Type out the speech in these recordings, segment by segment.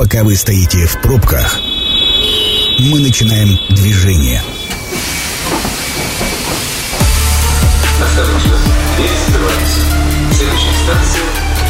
Пока вы стоите в пробках, мы начинаем движение. Осторожно, дверь закрывается. Следующая станция.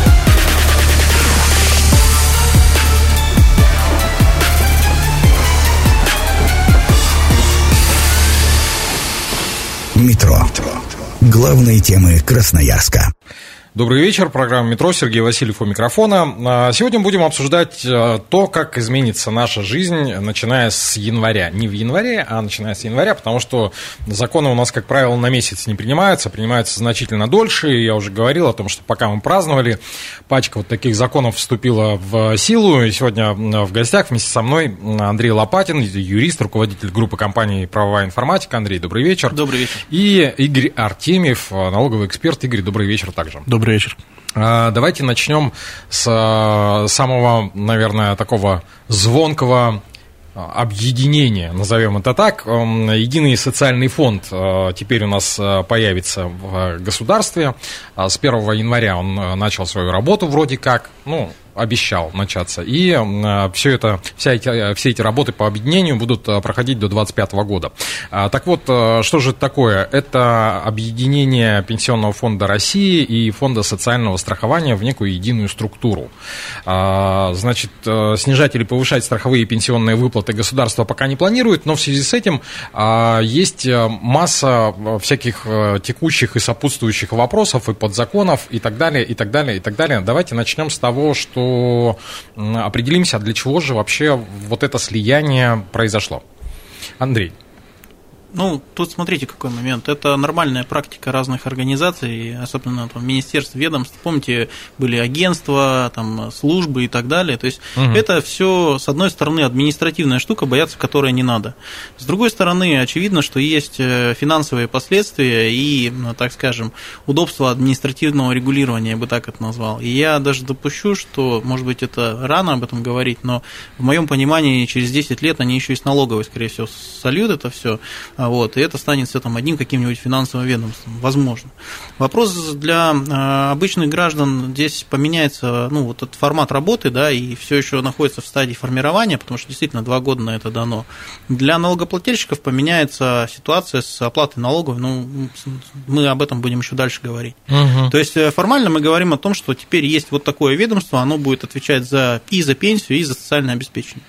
Метро. Главные темы Красноярска. Добрый вечер, программа «Метро», Сергей Васильев у микрофона. Сегодня будем обсуждать то, как изменится наша жизнь, начиная с января. Не в январе, а начиная с января, потому что законы у нас, как правило, на месяц не принимаются значительно дольше. Я уже говорил о том, что пока мы праздновали, пачка вот таких законов вступила в силу. И сегодня в гостях вместе со мной Андрей Лопатин, юрист, руководитель группы компании «Правовая информатика». Андрей, добрый вечер. Добрый вечер. И Игорь Артемьев, налоговый эксперт. Игорь, добрый вечер также. Добрый вечер. Давайте начнем с самого, наверное, такого звонкого объединения, назовем это так. Единый социальный фонд теперь у нас появится в государстве. С 1 января он начал свою работу вроде как, обещал начаться. И все эти работы по объединению будут проходить до 2025 года. Так вот, что же это такое? Это объединение Пенсионного фонда России и Фонда социального страхования в некую единую структуру. Значит, снижать или повышать страховые и пенсионные выплаты государство пока не планирует, но в связи с этим есть масса всяких текущих и сопутствующих вопросов и подзаконов и так далее, и так далее, и так далее. Давайте начнем с того, что определимся, для чего же вообще вот это слияние произошло. Андрей. Тут смотрите, какой момент. Это нормальная практика разных организаций, особенно министерств, ведомств. Помните, были агентства, службы и так далее. То есть это все, с одной стороны, административная штука, бояться которой не надо. С другой стороны, очевидно, что есть финансовые последствия и, так скажем, удобство административного регулирования, я бы так это назвал. И я даже допущу, что, может быть, это рано об этом говорить, но в моем понимании через 10 лет они еще и с налоговой, скорее всего, сольют это все. И это станет все одним каким-нибудь финансовым ведомством, возможно. Вопрос для обычных граждан: здесь поменяется этот формат работы, и все еще находится в стадии формирования, потому что действительно 2 года на это дано. Для налогоплательщиков поменяется ситуация с оплатой налогов, мы об этом будем еще дальше говорить. То есть формально мы говорим о том, что теперь есть вот такое ведомство, оно будет отвечать и за пенсию, и за социальное обеспечение.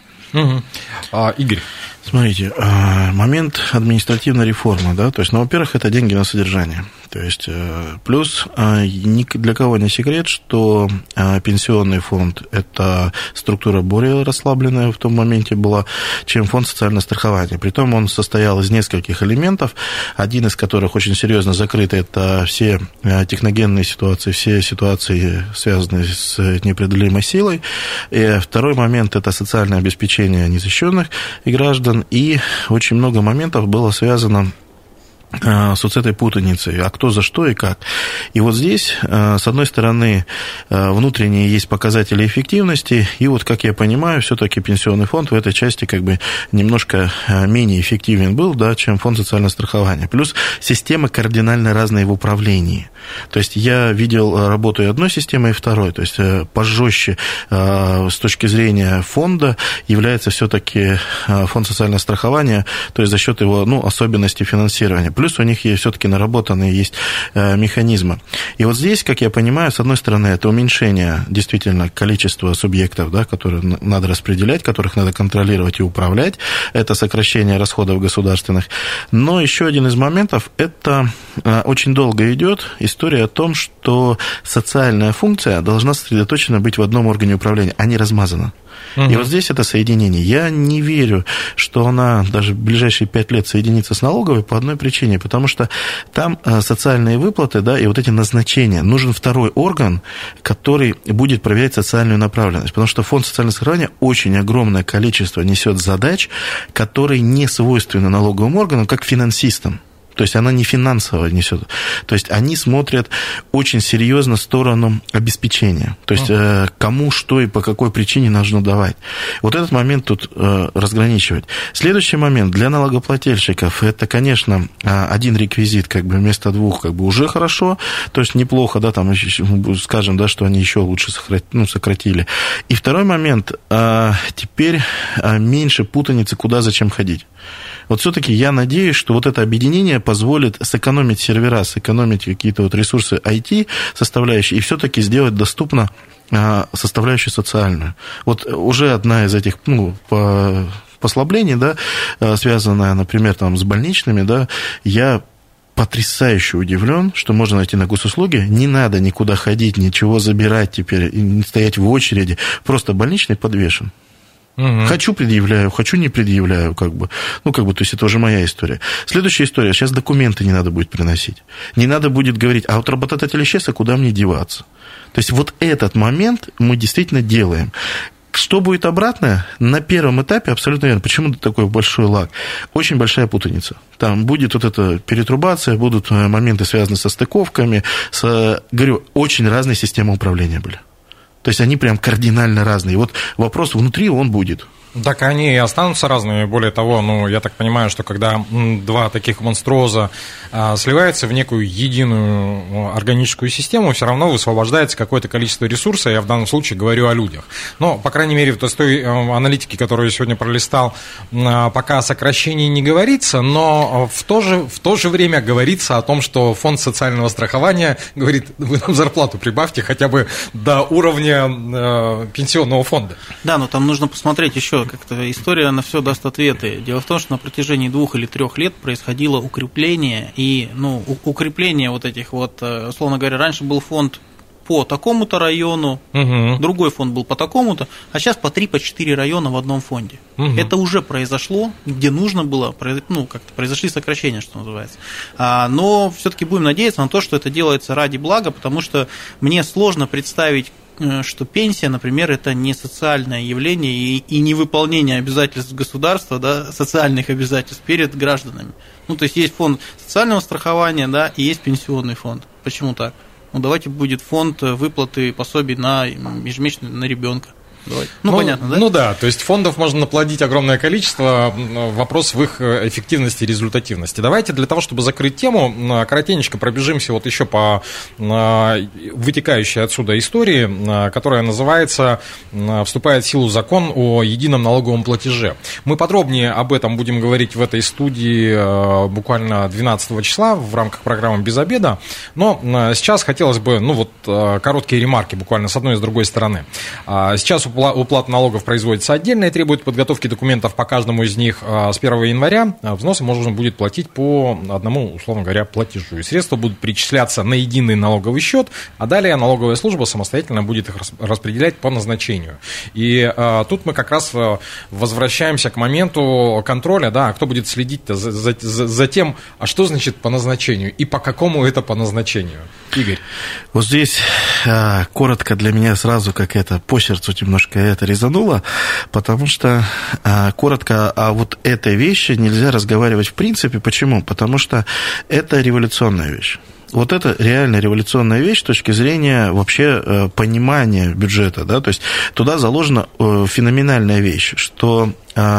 Игорь. Смотрите, момент административной реформы, то есть, во-первых, это деньги на содержание. То есть, плюс ни для кого не секрет, что пенсионный фонд – это структура более расслабленная в том моменте была, чем фонд социального страхования. Притом он состоял из нескольких элементов, один из которых очень серьезно закрыт – это все техногенные ситуации, все ситуации, связанные с непреодолимой силой. И второй момент – это социальное обеспечение незащищенных граждан. И очень много моментов было связано с вот этой путаницей, а кто за что и как. И вот здесь, с одной стороны, внутренние есть показатели эффективности, и как я понимаю, все-таки пенсионный фонд в этой части немножко менее эффективен был, чем фонд социального страхования. Плюс системы кардинально разные в управлении. То есть я видел работу и одной системы, и второй. То есть пожестче с точки зрения фонда является все-таки фонд социального страхования, то есть за счет его особенностей финансирования. Плюс у них все-таки наработанные есть механизмы. И вот здесь, как я понимаю, с одной стороны, это уменьшение действительно количества субъектов, которые надо распределять, которых надо контролировать и управлять. Это сокращение расходов государственных. Но еще один из моментов, это очень долго идет история о том, что социальная функция должна сосредоточена быть в одном органе управления, а не размазана. И вот здесь это соединение. Я не верю, что она даже в ближайшие 5 лет соединится с налоговой по одной причине, потому что там социальные выплаты, и вот эти назначения. Нужен второй орган, который будет проверять социальную направленность, потому что фонд социального страхования очень огромное количество несет задач, которые не свойственны налоговым органам, как финансистам. То есть она не финансово несет. То есть они смотрят очень серьезно в сторону обеспечения. То есть кому что и по какой причине нужно давать. Вот этот момент тут разграничивать. Следующий момент для налогоплательщиков это, конечно, один реквизит как бы вместо двух как бы уже хорошо. То есть неплохо, да, там скажем, да, что они еще лучше сократили. И второй момент, теперь меньше путаницы, куда зачем ходить. Вот все-таки я надеюсь, что вот это объединение позволит сэкономить сервера, сэкономить какие-то вот ресурсы IT составляющие и все-таки сделать доступно составляющую социальную. Вот уже одна из этих послаблений, да, связанная, например, там, с больничными, да, я потрясающе удивлен, что можно найти на госуслуги, не надо никуда ходить, ничего забирать теперь, не стоять в очереди, просто больничный подвешен. Хочу предъявляю, хочу не предъявляю, как бы. То есть это уже моя история. Следующая история, сейчас документы не надо будет приносить. Не надо будет говорить, а вот работодатель исчез, а куда мне деваться? То есть вот этот момент мы действительно делаем. Что будет обратно? На первом этапе абсолютно верно. Почему такой большой лаг? Очень большая путаница. Там будет вот эта перетрубация, будут моменты, связанные со стыковками, говорю, очень разные системы управления были. То есть они прям кардинально разные. И вот вопрос внутри, он будет. Так они и останутся разными. Более того, я так понимаю, что когда два таких монструоза сливаются в некую единую органическую систему, все равно высвобождается какое-то количество ресурсов. Я в данном случае говорю о людях. Но, по крайней мере, в той аналитике, которую я сегодня пролистал, пока о сокращении не говорится, но в то же время говорится о том, что фонд социального страхования говорит, вы нам зарплату прибавьте хотя бы до уровня пенсионного фонда. Да, но там нужно посмотреть еще, как-то история на все даст ответы. Дело в том, что на протяжении 2 или 3 лет происходило укрепление, и укрепление вот этих вот, условно говоря, раньше был фонд по такому-то району, другой фонд был по такому-то, а сейчас по 3-4 района в одном фонде. Это уже произошло, где нужно было, как-то произошли сокращения, что называется. Но все-таки будем надеяться на то, что это делается ради блага, потому что мне сложно представить, что пенсия, например, это не социальное явление и не выполнение обязательств государства, да, социальных обязательств перед гражданами. То есть есть фонд социального страхования, да, и есть пенсионный фонд. Почему так? Давайте будет фонд выплаты пособий на ежемесячно на ребенка. Понятно, да? Да, то есть фондов можно наплодить огромное количество, вопрос в их эффективности и результативности. Давайте для того, чтобы закрыть тему, коротенечко пробежимся вот еще по вытекающей отсюда истории, которая называется «Вступает в силу закон о едином налоговом платеже». Мы подробнее об этом будем говорить в этой студии буквально 12 числа в рамках программы «Без обеда», но сейчас хотелось бы, короткие ремарки буквально с одной и с другой стороны. Сейчас уплата налогов производится отдельно и требует подготовки документов по каждому из них с 1 января. Взносы можно будет платить по одному, условно говоря, платежу. И средства будут перечисляться на единый налоговый счет, а далее налоговая служба самостоятельно будет их распределять по назначению. И тут мы как раз возвращаемся к моменту контроля, да, кто будет следить-то за тем, а что значит по назначению и по какому это по назначению. Игорь. Вот здесь коротко для меня сразу по сердцу немножко это резануло, потому что коротко о вот этой вещи нельзя разговаривать в принципе. Почему? Потому что это революционная вещь. Вот это реально революционная вещь с точки зрения вообще понимания бюджета, да, то есть туда заложена феноменальная вещь, что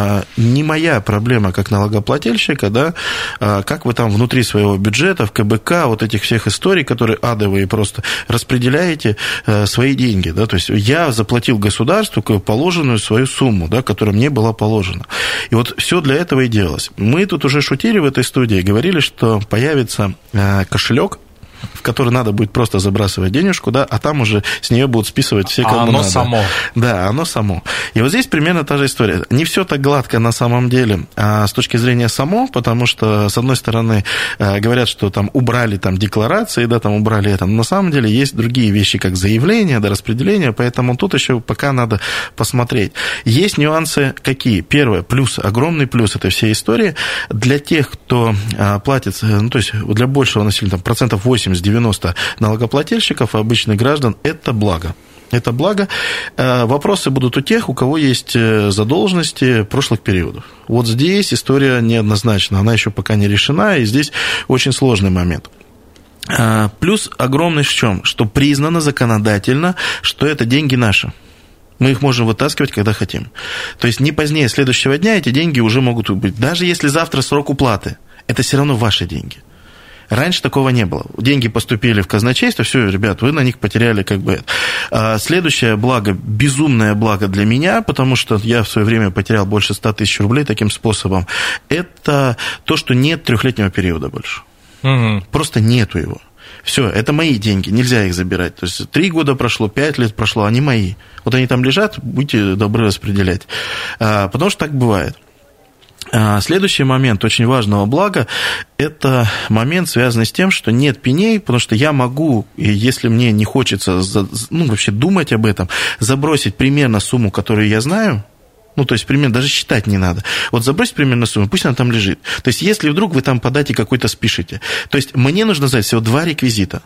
не моя проблема как налогоплательщика, да, как вы там внутри своего бюджета, в КБК, вот этих всех историй, которые адовые, просто распределяете свои деньги, да, то есть я заплатил государству положенную свою сумму, да, которая мне была положена. И вот все для этого и делалось. Мы тут уже шутили в этой студии, говорили, что появится кошелек, в который надо будет просто забрасывать денежку, да, а там уже с нее будут списывать все, кому надо. Оно само. Да, оно само. И вот здесь примерно та же история. Не все так гладко на самом деле с точки зрения само, потому что, с одной стороны, говорят, что там убрали там декларации, да, там убрали это, но на самом деле есть другие вещи, как заявление, да, распределение, поэтому тут еще пока надо посмотреть. Есть нюансы какие? Первое, плюс, огромный плюс этой всей истории для тех, кто платит, то есть для большего населения, там, 80-90% налогоплательщиков, обычных граждан, это благо. Это благо. Вопросы будут у тех, у кого есть задолженности прошлых периодов. Вот здесь история неоднозначна, она еще пока не решена, и здесь очень сложный момент. Плюс огромный в чем? Что признано законодательно, что это деньги наши. Мы их можем вытаскивать, когда хотим. То есть не позднее следующего дня эти деньги уже могут быть. Даже если завтра срок уплаты, это все равно ваши деньги. Раньше такого не было. Деньги поступили в казначейство, все, ребят, вы на них потеряли как бы. Следующее благо, безумное благо для меня, потому что я в свое время потерял больше 100 тысяч рублей таким способом, это то, что нет трехлетнего периода больше. Просто нету его. Все, это мои деньги, нельзя их забирать. То есть 3 года прошло, 5 лет прошло, они мои. Вот они там лежат, будьте добры распределять. Потому что так бывает. Следующий момент очень важного блага – это момент, связанный с тем, что нет пеней, потому что я могу, если мне не хочется вообще думать об этом, забросить примерно сумму, которую я знаю, то есть примерно даже считать не надо. Вот забросить примерно сумму, пусть она там лежит. То есть если вдруг вы там по дате какой-то спишете, то есть мне нужно знать всего 2 реквизита.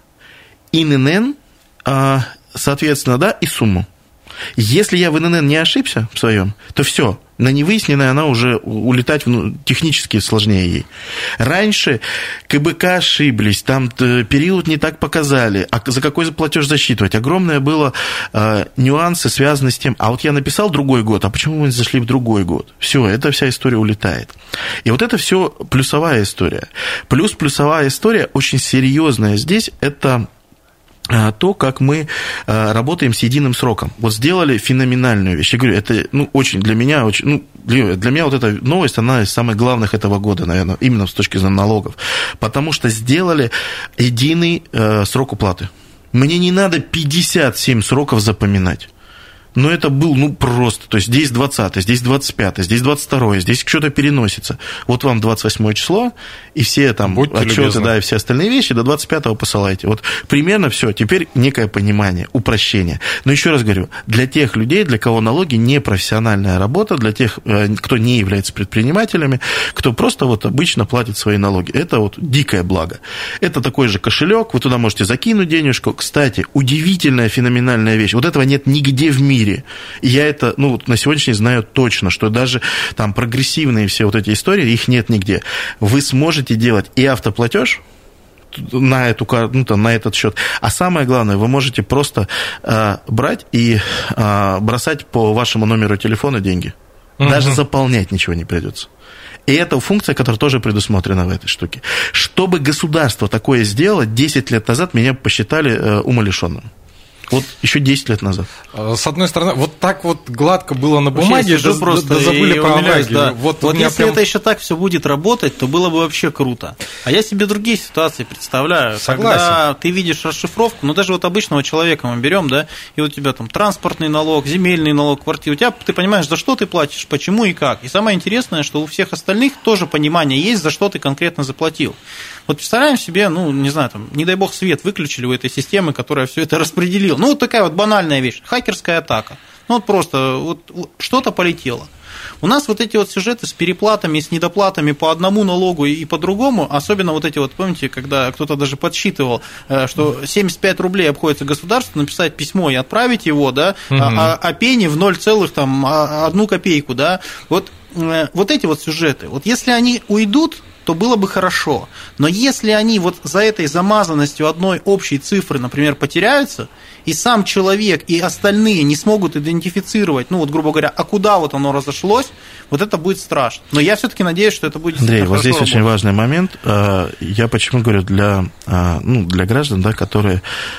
ИНН, соответственно, да, и сумму. Если я в ИНН не ошибся в своем, то все, на невыясненное она уже улетать технически сложнее ей. Раньше КБК ошиблись, там период не так показали, а за какой платеж засчитывать? Огромное было нюансы, связанные с тем, а вот я написал другой год, а почему мы зашли в другой год? Все, эта вся история улетает. И вот это все плюсовая история. Плюс плюсовая история очень серьезная здесь, это то, как мы работаем с единым сроком. Вот сделали феноменальную вещь. Я говорю, это очень для меня, для меня вот эта новость, она из самых главных этого года, наверное, именно с точки зрения налогов. Потому что сделали единый срок уплаты. Мне не надо 57 сроков запоминать. Но это был, просто, то есть здесь 20, здесь 25, здесь 22, здесь что-то переносится. Вот вам 28 число, и все там отчеты, да, и все остальные вещи до 25-го посылайте. Вот примерно все. Теперь некое понимание, упрощение. Но еще раз говорю, для тех людей, для кого налоги не профессиональная работа, для тех, кто не является предпринимателями, кто просто вот обычно платит свои налоги, это вот дикое благо. Это такой же кошелек, вы туда можете закинуть денежку. Кстати, удивительная, феноменальная вещь. Вот этого нет нигде в мире. И я это, на сегодняшний день знаю точно, что даже там прогрессивные все вот эти истории, их нет нигде. Вы сможете делать и автоплатеж на эту карту, на этот счет. А самое главное, вы можете просто брать и бросать по вашему номеру телефона деньги. Даже заполнять ничего не придется. И это функция, которая тоже предусмотрена в этой штуке. Чтобы государство такое сделало, 10 лет назад меня посчитали умалишенным. Вот еще 10 лет назад. С одной стороны, вот так вот гладко было на бумаге, да забыли про авраги. Да. Вот если это еще так все будет работать, то было бы вообще круто. А я себе другие ситуации представляю. Согласен. Когда ты видишь расшифровку, даже вот обычного человека мы берем, да, и у тебя там транспортный налог, земельный налог, квартира, у тебя, ты понимаешь, за что ты платишь, почему и как. И самое интересное, что у всех остальных тоже понимание есть, за что ты конкретно заплатил. Вот представляем себе, не дай бог свет выключили у этой системы, которая все это распределила. Вот такая вот банальная вещь, хакерская атака. Просто что-то полетело. У нас вот эти вот сюжеты с переплатами, с недоплатами по одному налогу и по другому, особенно вот эти вот, помните, когда кто-то даже подсчитывал, что 75 рублей обходится государству, написать письмо и отправить его, да, а пени в 0,1 копейку, да, вот эти вот сюжеты, вот если они уйдут, то было бы хорошо. Но если они вот за этой замазанностью одной общей цифры, например, потеряются, и сам человек, и остальные не смогут идентифицировать, грубо говоря, а куда вот оно разошлось, вот это будет страшно. Но я все-таки надеюсь, что это будет Андрей, вот здесь работать. Очень важный момент. Я почему говорю, для граждан, да, которые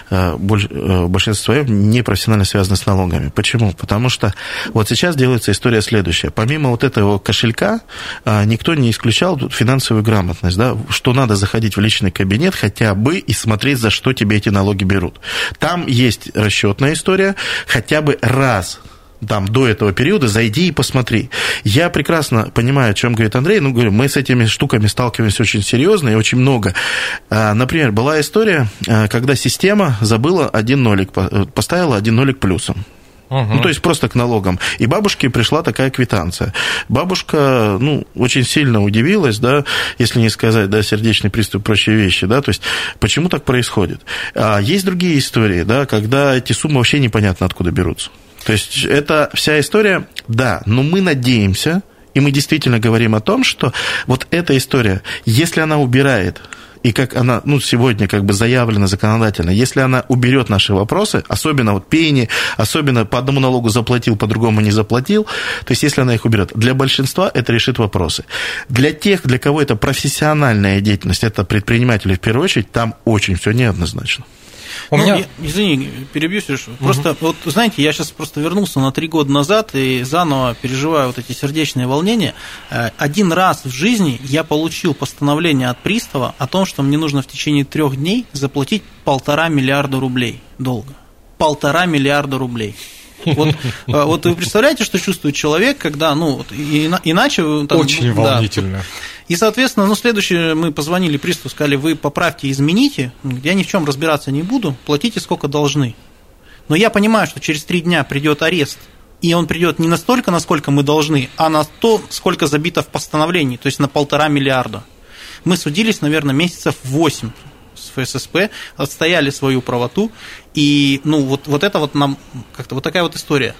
в большинстве своем не профессионально связаны с налогами. Почему? Потому что вот сейчас делается история следующая. Помимо вот этого кошелька, никто не исключал финансовую грамотность, да, что надо заходить в личный кабинет хотя бы и смотреть, за что тебе эти налоги берут. Там есть расчетная история, хотя бы раз до этого периода зайди и посмотри. Я прекрасно понимаю, о чем говорит Андрей, говорю, мы с этими штуками сталкиваемся очень серьезно и очень много. Например, была история, когда система забыла один нолик, поставила один нолик плюсом. Ну, то есть просто к налогам. И бабушке пришла такая квитанция. Бабушка, очень сильно удивилась, да, если не сказать, да, сердечный приступ и прочие вещи, да, то есть почему так происходит. А есть другие истории, да, когда эти суммы вообще непонятно откуда берутся. То есть это вся история, да, но мы надеемся, и мы действительно говорим о том, что вот эта история, если она убирает, и как она, сегодня как бы заявлено законодательно, если она уберет наши вопросы, особенно вот пени, особенно по одному налогу заплатил, по другому не заплатил, то есть если она их уберет, для большинства это решит вопросы. Для тех, для кого это профессиональная деятельность, это предприниматели в первую очередь, там очень все неоднозначно. Извини, перебью, Сереж. Просто, вот знаете, я сейчас просто вернулся на 3 года назад и заново переживаю вот эти сердечные волнения. Один раз в жизни я получил постановление от пристава о том, что мне нужно в течение 3 дней заплатить 1,5 миллиарда рублей долга. 1,5 миллиарда рублей. Вот вы представляете, что чувствует человек, когда, иначе... Очень волнительно. И, соответственно, следующее, мы позвонили приставу, сказали, вы поправьте, измените, я ни в чем разбираться не буду, платите сколько должны. Но я понимаю, что через 3 дня придет арест, и он придет не настолько, насколько мы должны, а на то, сколько забито в постановлении, то есть на 1,5 миллиарда. Мы судились, наверное, месяцев 8 с ФССП, отстояли свою правоту, и, вот это вот нам, как-то вот такая вот история.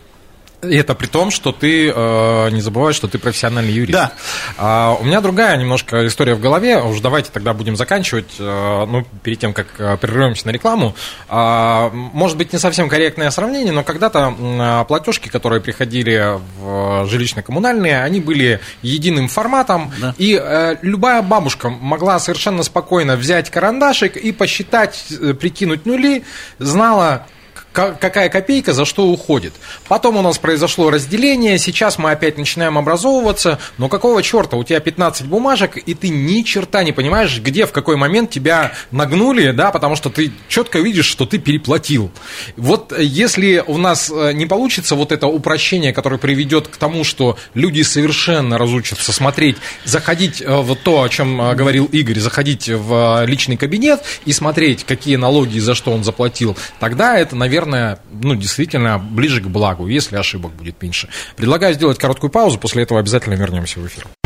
И это при том, что ты не забываешь, что ты профессиональный юрист. Да. У меня другая немножко история в голове. Уж давайте тогда будем заканчивать, перед тем, как прервемся на рекламу. Может быть, не совсем корректное сравнение, но когда-то платежки, которые приходили в жилищно-коммунальные, они были единым форматом, да. И любая бабушка могла совершенно спокойно взять карандашик и посчитать, прикинуть нули, знала, какая копейка за что уходит. Потом у нас произошло разделение, сейчас мы опять начинаем образовываться, но какого черта, у тебя 15 бумажек, и ты ни черта не понимаешь, где, в какой момент тебя нагнули, да, потому что ты четко видишь, что ты переплатил. Вот если у нас не получится вот это упрощение, которое приведет к тому, что люди совершенно разучатся смотреть, заходить в то, о чем говорил Игорь, заходить в личный кабинет и смотреть, какие налоги и за что он заплатил, тогда это, наверное, действительно ближе к благу, если ошибок будет меньше. Предлагаю сделать короткую паузу, после этого обязательно вернемся в эфир.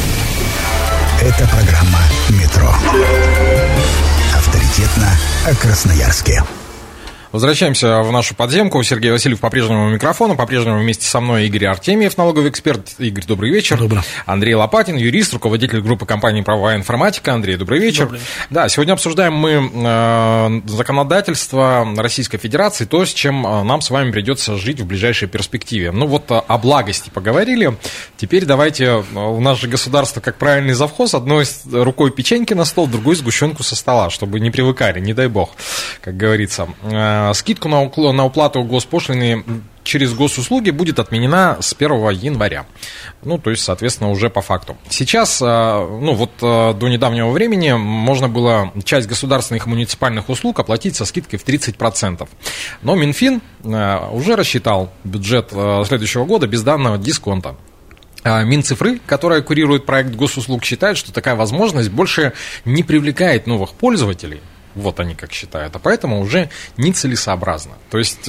Это программа «Метро». Авторитетно о Красноярске. Возвращаемся в нашу подземку. Сергей Васильев по-прежнему у микрофона. По-прежнему вместе со мной Игорь Артемьев, налоговый эксперт. Игорь, добрый вечер. Добрый. Андрей Лопатин, юрист, руководитель группы компании «Правовая информатика». Андрей, добрый вечер. Добрый. Да, сегодня обсуждаем мы законодательство Российской Федерации, то, с чем нам с вами придется жить в ближайшей перспективе. О благости поговорили. Теперь давайте, у нас же государство как правильный завхоз, одной рукой печеньки на стол, другой сгущенку со стола, чтобы не привыкали, не дай бог, как говорится. Скидку на уплату госпошлины через госуслуги будет отменена с 1 января. То есть, соответственно, уже по факту. Сейчас, до недавнего времени можно было часть государственных и муниципальных услуг оплатить со скидкой в 30%. Но Минфин уже рассчитал бюджет следующего года без данного дисконта. Минцифры, которая курирует проект госуслуг, считает, что такая возможность больше не привлекает новых пользователей. Вот они как считают, а поэтому уже нецелесообразно. То есть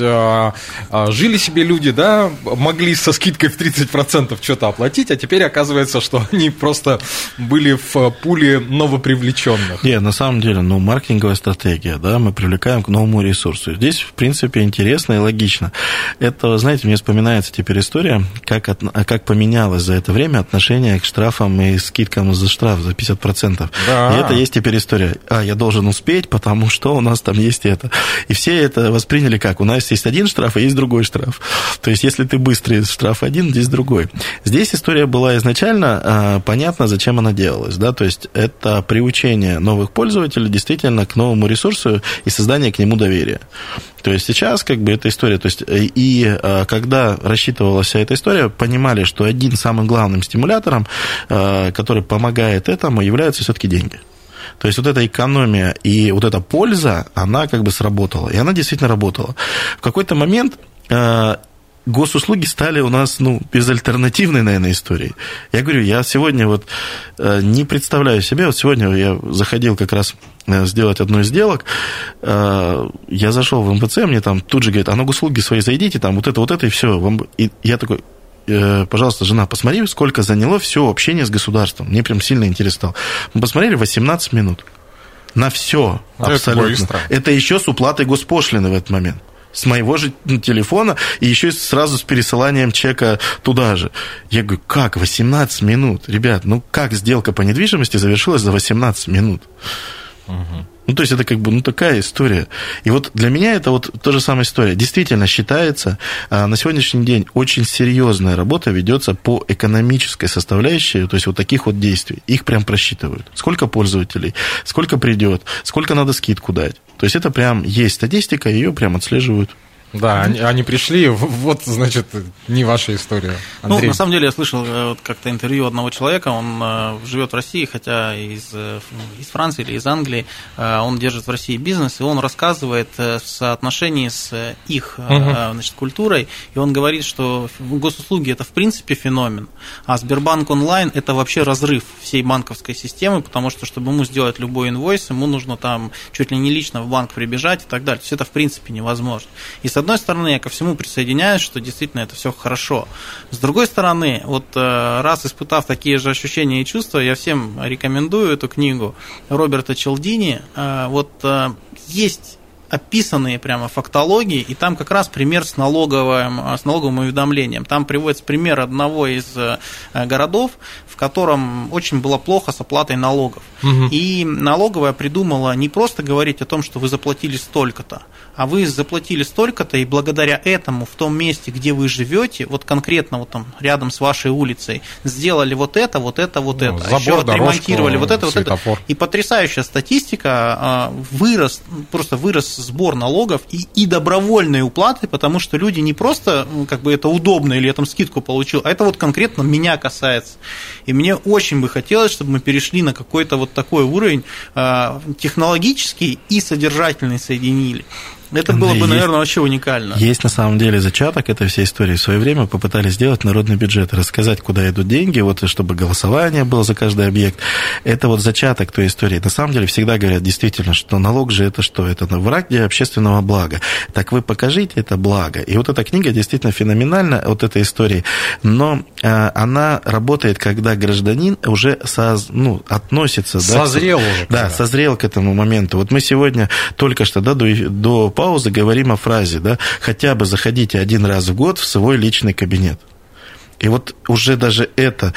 жили себе люди, да, могли со скидкой в 30% что-то оплатить, а теперь оказывается, что они просто были в пуле новопривлеченных. Нет, на самом деле, маркетинговая стратегия, да, мы привлекаем к новому ресурсу. Здесь, в принципе, интересно и логично. Это, знаете, мне вспоминается теперь история, как поменялось за это время отношение к штрафам и скидкам за штраф за 50%. Да. И это есть теперь история. Я должен успеть, потому что у нас там есть это. И все это восприняли как? У нас есть один штраф, и есть другой штраф. То есть, если ты быстрый, штраф один, здесь другой. Здесь история была изначально понятна, зачем она делалась. Да? То есть, это приучение новых пользователей действительно к новому ресурсу и создание к нему доверия. То есть, сейчас эта история, то есть, и когда рассчитывалась вся эта история, понимали, что один самым главным стимулятором, который помогает этому, являются все-таки деньги. То есть, вот эта экономия и вот эта польза, она сработала. И она действительно работала. В какой-то момент госуслуги стали у нас, безальтернативной, наверное, историей. Я говорю, я сегодня вот не представляю себе, вот сегодня я заходил как раз сделать одну из сделок, я зашел в МПЦ, мне там тут же говорят, на госуслуги свои зайдите, там вот это, и все. И я такой, пожалуйста, жена, посмотри, сколько заняло все общение с государством. Мне прям сильно интересно стало. Мы посмотрели 18 минут. На все абсолютно. Это еще с уплатой госпошлины в этот момент. С моего же телефона, и еще сразу с пересыланием чека туда же. Я говорю, как 18 минут? Ребят, как сделка по недвижимости завершилась за 18 минут? То есть это такая история. И вот для меня это вот та же самая история. Действительно считается, на сегодняшний день очень серьезная работа ведется по экономической составляющей, то есть вот таких вот действий. Их прям просчитывают. Сколько пользователей, сколько придет, сколько надо скидку дать. То есть это прям есть статистика, ее прям отслеживают. Да, они пришли, вот, значит, не ваша история. Андрей. На самом деле, я слышал как-то интервью одного человека, он живет в России, хотя из Франции или из Англии, он держит в России бизнес, и он рассказывает в соотношении с их культурой, и он говорит, что госуслуги – это в принципе феномен, а Сбербанк онлайн – это вообще разрыв всей банковской системы, потому что, чтобы ему сделать любой инвойс, ему нужно там чуть ли не лично в банк прибежать и так далее. То есть это в принципе невозможно. И с одной стороны, я ко всему присоединяюсь, что действительно это все хорошо. С другой стороны, вот раз испытав такие же ощущения и чувства, я всем рекомендую эту книгу Роберта Челдини. Вот есть описанные прямо фактологии, и там как раз пример с налоговым уведомлением. Там приводится пример одного из городов, в котором очень было плохо с оплатой налогов. И налоговая придумала не просто говорить о том, что вы заплатили столько-то, а вы заплатили столько-то, и благодаря этому в том месте, где вы живете, вот конкретно вот там рядом с вашей улицей, сделали вот это, забор, еще отремонтировали вот это. И потрясающая статистика, вырос сбор налогов и добровольные уплаты, потому что люди не просто это удобно или я там скидку получил, а это вот конкретно меня касается. И мне очень бы хотелось, чтобы мы перешли на какой-то вот такой уровень технологический и содержательный соединили. Это было бы, наверное, вообще уникально. Есть на самом деле зачаток этой всей истории. В свое время попытались сделать народный бюджет, рассказать, куда идут деньги, вот чтобы голосование было за каждый объект. Это вот зачаток той истории. На самом деле всегда говорят действительно, что налог же это что? Это враг для общественного блага. Так вы покажите это благо. И вот эта книга действительно феноменальна, вот этой истории, но она работает, когда гражданин уже относится... Созрел уже. Да, созрел к этому моменту. Вот мы сегодня только что до паузы говорим о фразе, хотя бы заходите один раз в год в свой личный кабинет. И вот уже даже это,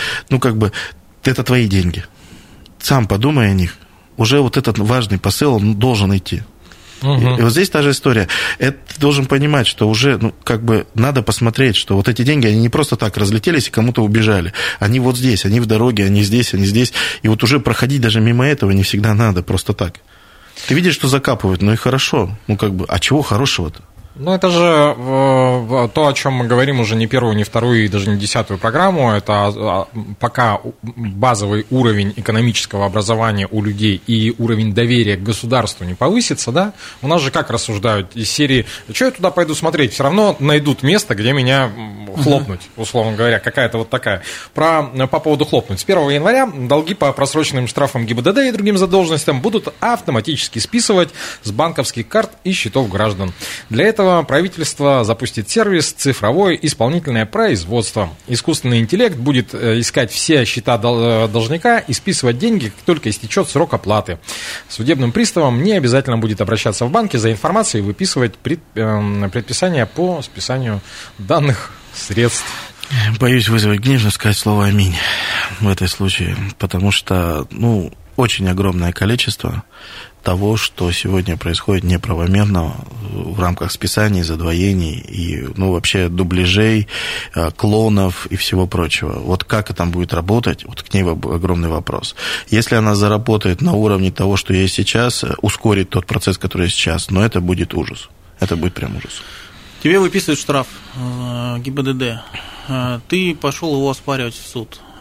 это твои деньги. Сам подумай о них. Уже вот этот важный посыл, он должен идти. И вот здесь та же история. Ты должен понимать, что уже надо посмотреть, что вот эти деньги, они не просто так разлетелись и кому-то убежали. Они вот здесь, они в дороге, они здесь. И вот уже проходить даже мимо этого не всегда надо просто так. Ты видишь, что закапывают, и хорошо. А чего хорошего-то? Это же то, о чем мы говорим уже не первую, не вторую и даже не 10-ю программу. Это пока базовый уровень экономического образования у людей и уровень доверия к государству не повысится, да? У нас же как рассуждают из серии, что я туда пойду смотреть? Все равно найдут место, где меня хлопнуть, условно говоря, какая-то вот такая. По поводу хлопнуть. С 1 января долги по просроченным штрафам ГИБДД и другим задолженностям будут автоматически списывать с банковских карт и счетов граждан. Для этого правительство запустит сервис «Цифровое исполнительное производство». Искусственный интеллект будет искать все счета должника и списывать деньги, как только истечет срок оплаты. Судебным приставам не обязательно будет обращаться в банки за информацией и выписывать предписания по списанию данных средств. Боюсь вызвать гнев, сказать слово «аминь» в этой случае, потому что, очень огромное количество того, что сегодня происходит неправомерного в рамках списаний, задвоений и, вообще дубляжей, клонов и всего прочего. Вот как это будет работать, вот к ней огромный вопрос. Если она заработает на уровне того, что есть сейчас, ускорит тот процесс, который есть сейчас, но это будет ужас. Это будет прям ужас. Тебе выписывают штраф ГИБДД. Ты пошел его оспаривать в суд.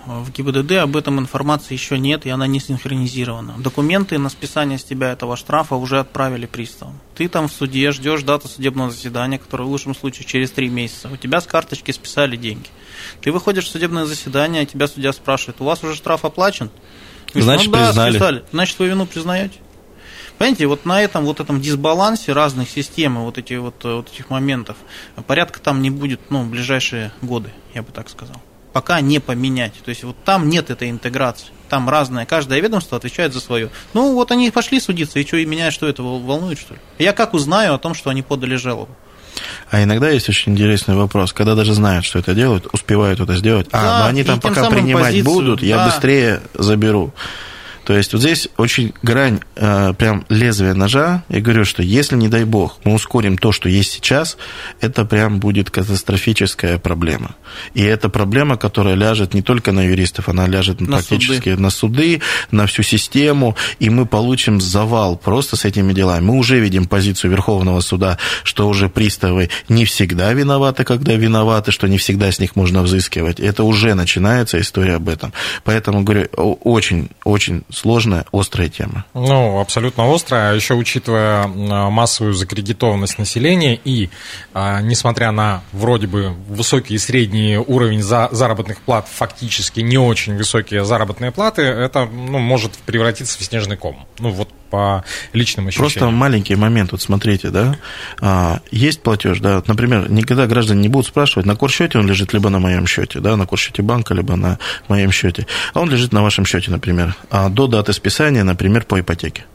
в ГИБДД об этом информации еще нет, и она не синхронизирована. Документы на списание с тебя этого штрафа уже отправили приставам. Ты там в суде ждешь дату судебного заседания, которое в лучшем случае через 3 месяца. У тебя с карточки списали деньги. Ты выходишь в судебное заседание, тебя судья спрашивает: у вас уже штраф оплачен? Значит, да, признали. списали. Значит, вы вину признаете? Понимаете, вот на этом дисбалансе разных систем и этих моментов порядка там не будет, в ближайшие годы, я бы так сказал. Пока не поменять. То есть вот там нет этой интеграции. Там разное, каждое ведомство отвечает за свое. Они пошли судиться, и что, и меня что, это волнует, что ли? Я как узнаю о том, что они подали жалобу? А иногда есть очень интересный вопрос, когда даже знают, что это делают, успевают это сделать. Но они там пока принимать будут, я быстрее заберу. То есть вот здесь очень грань, прям лезвие ножа. Я говорю, что если, не дай бог, мы ускорим то, что есть сейчас, это прям будет катастрофическая проблема. И это проблема, которая ляжет не только на юристов, она ляжет практически на суды, на всю систему, и мы получим завал просто с этими делами. Мы уже видим позицию Верховного суда, что уже приставы не всегда виноваты, когда виноваты, что не всегда с них можно взыскивать. Это уже начинается история об этом. Поэтому, говорю, очень сложная, острая тема. Абсолютно острая. А еще учитывая массовую закредитованность населения и, несмотря на вроде бы высокий и средний уровень заработных плат, фактически не очень высокие заработные платы, это может превратиться в снежный ком. По личным ощущениям. Просто маленький момент, смотрите, да, есть платеж, да, например, никогда граждане не будут спрашивать, на корсчете он лежит либо на моем счете, да, на корсчете банка, либо на моем счете, а он лежит на вашем счете, например, до даты списания, например, по ипотеке.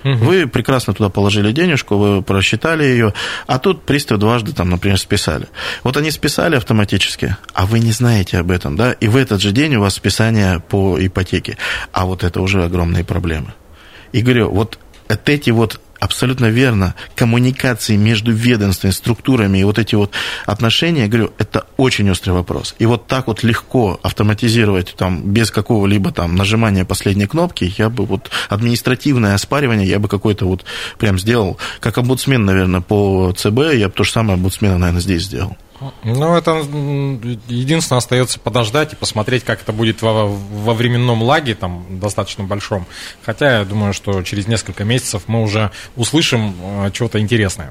Вы прекрасно туда положили денежку, вы просчитали ее, а тут пристав дважды, например, списали. Вот они списали автоматически, а вы не знаете об этом, да, и в этот же день у вас списание по ипотеке, а вот это уже огромные проблемы. И говорю, эти абсолютно верно, коммуникации между ведомствами, структурами и эти отношения, я говорю, это очень острый вопрос. И так легко автоматизировать без какого-либо нажимания последней кнопки, я бы административное оспаривание, я бы какое-то прям сделал, как омбудсмен, наверное, по ЦБ, я бы то же самое омбудсмена, наверное, здесь сделал. Это единственное, остается подождать и посмотреть, как это будет во временном лаге, достаточно большом. Хотя я думаю, что через несколько месяцев мы уже услышим что-то интересное.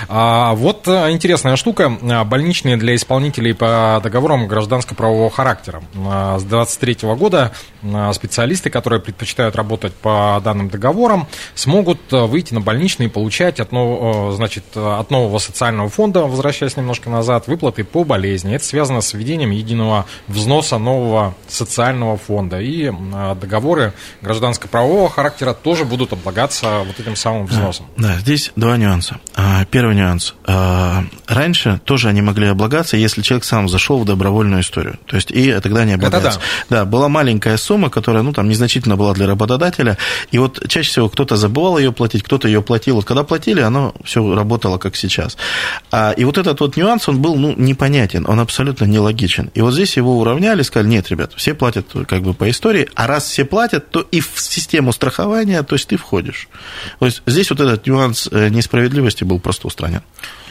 Интересная штука. Больничные для исполнителей по договорам гражданско-правового характера. С 2023 года специалисты, которые предпочитают работать по данным договорам, смогут выйти на больничные и получать от нового социального фонда, возвращаясь немножко назад, выплаты по болезни. Это связано с введением единого взноса нового социального фонда. И договоры гражданско-правового характера тоже будут облагаться этим самым взносом. Да, здесь два нюанса. Первый нюанс. Раньше тоже они могли облагаться, если человек сам зашел в добровольную историю. То есть, и тогда не облагается. Да, была маленькая сумма, которая, незначительно была для работодателя. И чаще всего кто-то забывал ее платить, кто-то ее платил. Когда платили, оно все работало как сейчас. И этот нюанс, он был непонятен, он абсолютно нелогичен. И здесь его уравняли, сказали, нет, ребят, все платят по истории, а раз все платят, то и в систему страхования, то есть ты входишь. То есть здесь этот нюанс несправедливости был просто устранен.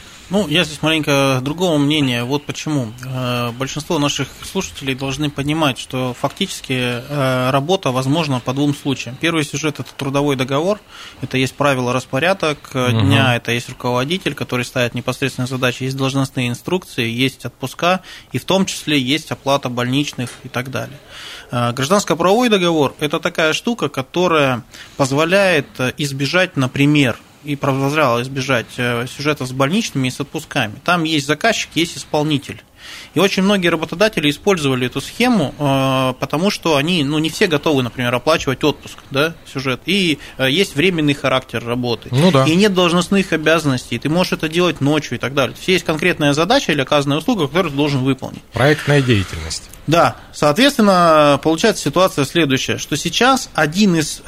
Я здесь маленько другого мнения. Почему. Большинство наших слушателей должны понимать, что фактически работа возможна по двум случаям. Первый сюжет – это трудовой договор, это есть правила, распорядок дня, это есть руководитель, который ставит непосредственные задачи, есть должностные инструкции, есть отпуска, и в том числе есть оплата больничных и так далее. Гражданско-правовой договор – это такая штука, которая позволяет избежать, например, и позволяла избежать сюжета с больничными и с отпусками. Там есть заказчик, есть исполнитель. И очень многие работодатели использовали эту схему, потому что они, не все готовы, например, оплачивать отпуск, да, сюжет, и есть временный характер работы, и нет должностных обязанностей, ты можешь это делать ночью и так далее. Все есть конкретная задача или оказанная услуга, которую ты должен выполнить. Проектная деятельность. Да, соответственно, получается ситуация следующая, что сейчас один из,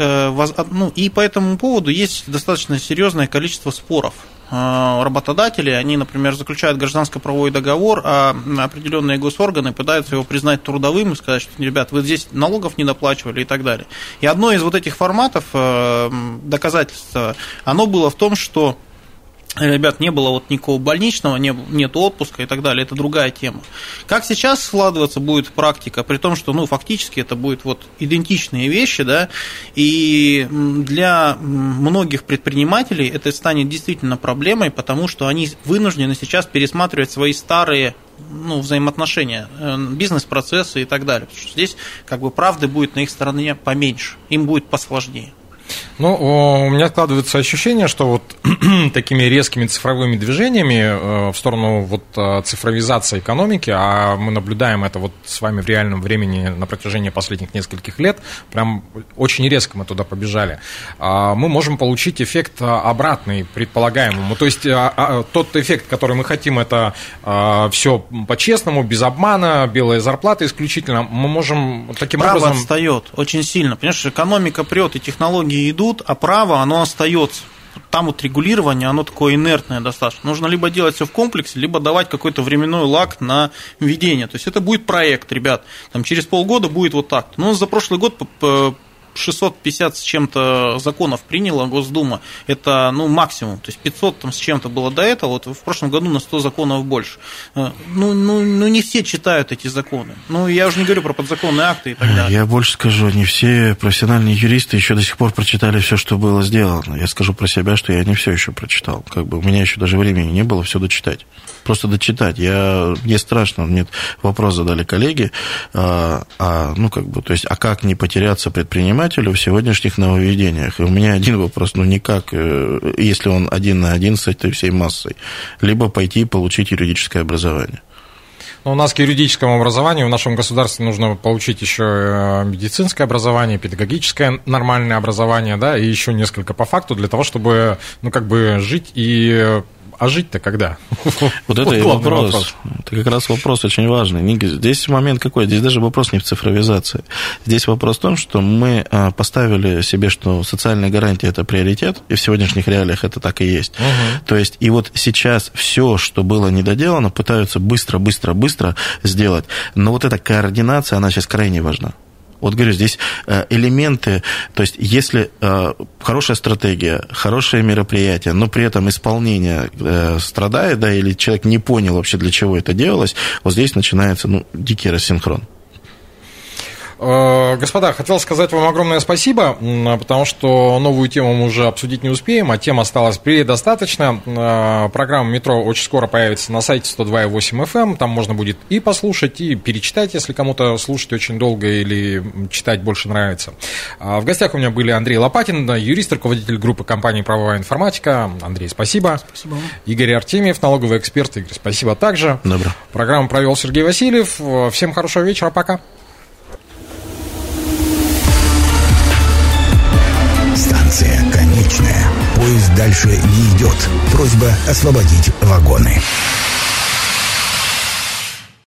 и по этому поводу есть достаточно серьезное количество споров. Работодатели, они, например, заключают гражданско-правовой договор, а определенные госорганы пытаются его признать трудовым и сказать, что, ребят, вы здесь налогов не доплачивали и так далее. И одно из этих форматов доказательства, оно было в том, что ребят, не было вот никакого больничного, нет отпуска и так далее, это другая тема. Как сейчас складываться будет практика, при том, что, фактически это будут вот идентичные вещи, да, и для многих предпринимателей это станет действительно проблемой, потому что они вынуждены сейчас пересматривать свои старые взаимоотношения, бизнес-процессы и так далее, потому что здесь правды будет на их стороне поменьше, им будет посложнее. У меня складывается ощущение, что вот такими резкими цифровыми движениями в сторону цифровизации экономики, а мы наблюдаем это с вами в реальном времени на протяжении последних нескольких лет, прям очень резко мы туда побежали, мы можем получить эффект обратный предполагаемому. То есть тот эффект, который мы хотим, это все по-честному, без обмана, белая зарплата исключительно, мы можем таким образом... Право отстает очень сильно, понимаешь, экономика прет и технологии идут, а право, оно остается. Там регулирование, оно такое инертное достаточно. Нужно либо делать все в комплексе, либо давать какой-то временной лак на введение. То есть это будет проект, ребят. Через полгода будет вот так. За прошлый год 650 с чем-то законов приняла Госдума. Это максимум. То есть 500 с чем-то было до этого. В прошлом году на 100 законов больше. Не все читают эти законы. Я уже не говорю про подзаконные акты и так далее. Я больше скажу, не все профессиональные юристы еще до сих пор прочитали все, что было сделано. Я скажу про себя, что я не все еще прочитал. У меня еще даже времени не было все дочитать. Просто дочитать. Мне страшно. Мне вопрос задали коллеги. То есть, как не потеряться предпринимателю в сегодняшних нововведениях? И у меня один вопрос, никак, если он один на один с этой всей массой, либо пойти и получить юридическое образование. У нас к юридическому образованию в нашем государстве нужно получить еще медицинское образование, педагогическое нормальное образование, да, и еще несколько по факту для того, чтобы, жить и... А жить-то когда? Вот это и вопрос. Это как раз вопрос очень важный. Здесь момент какой? Здесь даже вопрос не в цифровизации. Здесь вопрос в том, что мы поставили себе, что социальная гарантия – это приоритет, и в сегодняшних реалиях это так и есть. То есть, и вот сейчас все, что было недоделано, пытаются быстро сделать. Но вот эта координация, она сейчас крайне важна. Вот говорю, здесь элементы, то есть если хорошая стратегия, хорошее мероприятие, но при этом исполнение страдает, да, или человек не понял вообще, для чего это делалось, вот здесь начинается дикий рассинхрон. Господа, хотел сказать вам огромное спасибо, потому что новую тему мы уже обсудить не успеем, а тем осталось предостаточно. Программа «Метро» очень скоро появится на сайте 102.8 FM, там можно будет и послушать, и перечитать, если кому-то слушать очень долго или читать больше нравится. В гостях у меня были Андрей Лопатин, юрист, руководитель группы компании «Правовая информатика». Андрей, спасибо. Спасибо. Игорь Артемьев, налоговый эксперт. Игорь, спасибо также. Добро. Программу провел Сергей Васильев. Всем хорошего вечера, пока. Станция конечная. Поезд дальше не идет. Просьба освободить вагоны.